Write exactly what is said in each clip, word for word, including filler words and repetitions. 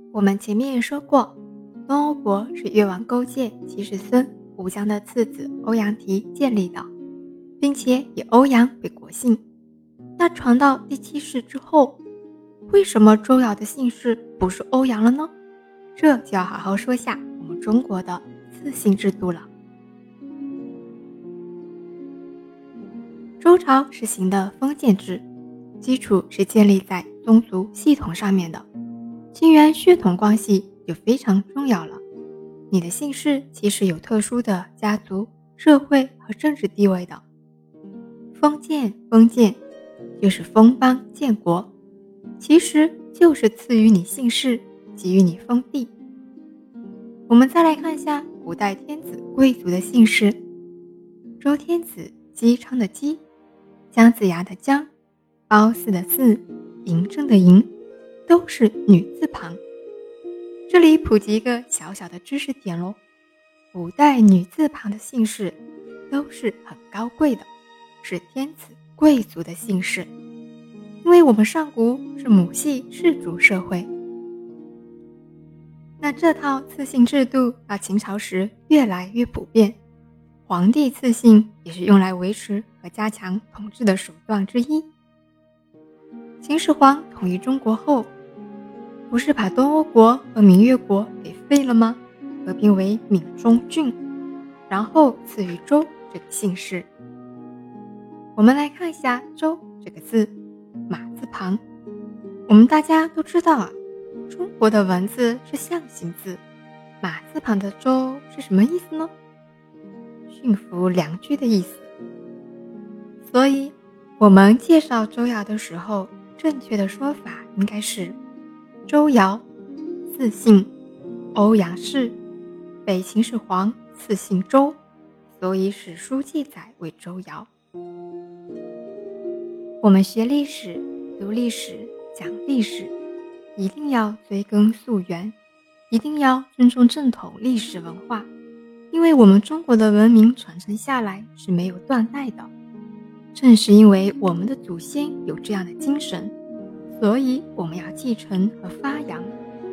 我们前面也说过，东欧国是越王勾践其世孙吴江的次子欧阳提建立的，并且以欧阳为国姓。那传到第七世之后，为什么周尧的姓氏不是欧阳了呢？这就要好好说下我们中国的次姓制度了。周朝实行的封建制，基础是建立在宗族系统上面的，亲缘血统关系就非常重要了。你的姓氏其实有特殊的家族、社会和政治地位的。封建封建就是封邦建国，其实就是赐予你姓氏，给予你封地。我们再来看一下古代天子贵族的姓氏。周天子姬昌的姬，姜子牙的姜，褒姒的姒，嬴政的嬴，都是女字旁。这里普及一个小小的知识点咯，古代女字旁的姓氏都是很高贵的，是天子贵族的姓氏，因为我们上古是母系氏族社会。那这套赐姓制度到秦朝时越来越普遍，皇帝赐姓也是用来维持和加强统治的手段之一。秦始皇统一中国后，不是把东欧国和闽越国给废了吗？合并为闽中郡，然后赐予周这个姓氏。我们来看一下周这个字，马字旁。我们大家都知道啊，中国的文字是象形字，马字旁的周是什么意思呢？驯服良驹的意思。所以我们介绍周尧的时候，正确的说法应该是周尧，字姓欧阳氏，北秦始皇赐姓周，所以史书记载为周尧。我们学历史、读历史、讲历史，一定要追根溯源，一定要尊重正统历史文化，因为我们中国的文明传承下来是没有断代的。正是因为我们的祖先有这样的精神，所以我们要继承和发扬。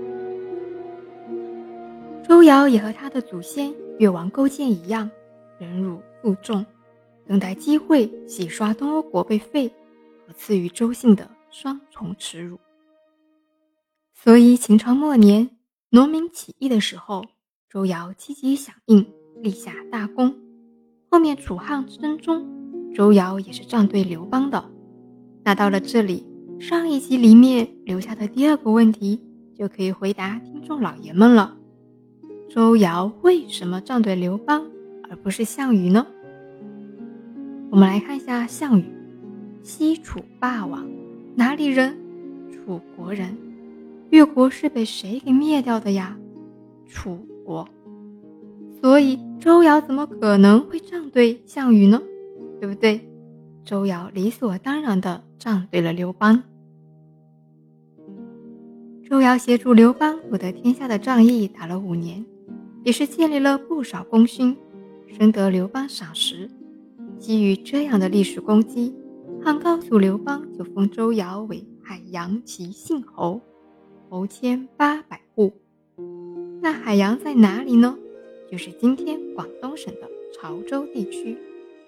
周尧也和他的祖先越王勾践一样，忍辱负重，等待机会洗刷东欧国被废和赐予周姓的双重耻辱。所以秦朝末年农民起义的时候，周尧积极响应，立下大功。后面楚汉之争中，周尧也是站队刘邦的。那到了这里，上一集里面留下的第二个问题就可以回答听众老爷们了。周尧为什么站队刘邦而不是项羽呢？我们来看一下项羽，西楚霸王，哪里人？楚国人。越国是被谁给灭掉的呀？楚国。所以周尧怎么可能会站队项羽呢？对不对？周尧理所当然地站队了刘邦。周尧协助刘邦夺得天下的战役打了五年，也是建立了不少功勋，深得刘邦赏识。基于这样的历史功绩，汉高祖刘邦就封周尧为海阳齐信侯，侯迁八百户。那海阳在哪里呢？就是今天广东省的潮州地区。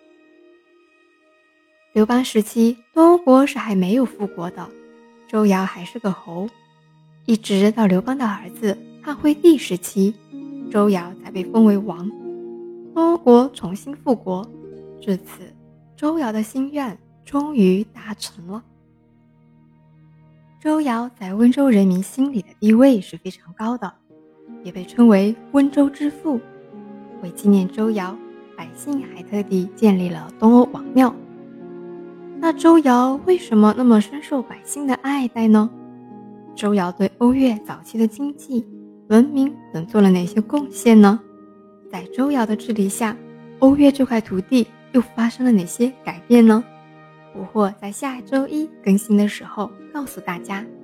刘邦时期，东欧国是还没有复国的，周尧还是个侯，一直到刘邦的儿子汉惠帝时期，周尧才被封为王，东欧国重新复国。至此，周尧的心愿终于达成了。周尧在温州人民心里的地位是非常高的，也被称为温州之父。为纪念周尧，百姓还特地建立了东欧王庙。那周尧为什么那么深受百姓的爱戴呢？周尧对欧越早期的经济、文明等做了哪些贡献呢？在周尧的治理下，欧越这块土地又发生了哪些改变呢？不惑在下周一更新的时候告诉大家。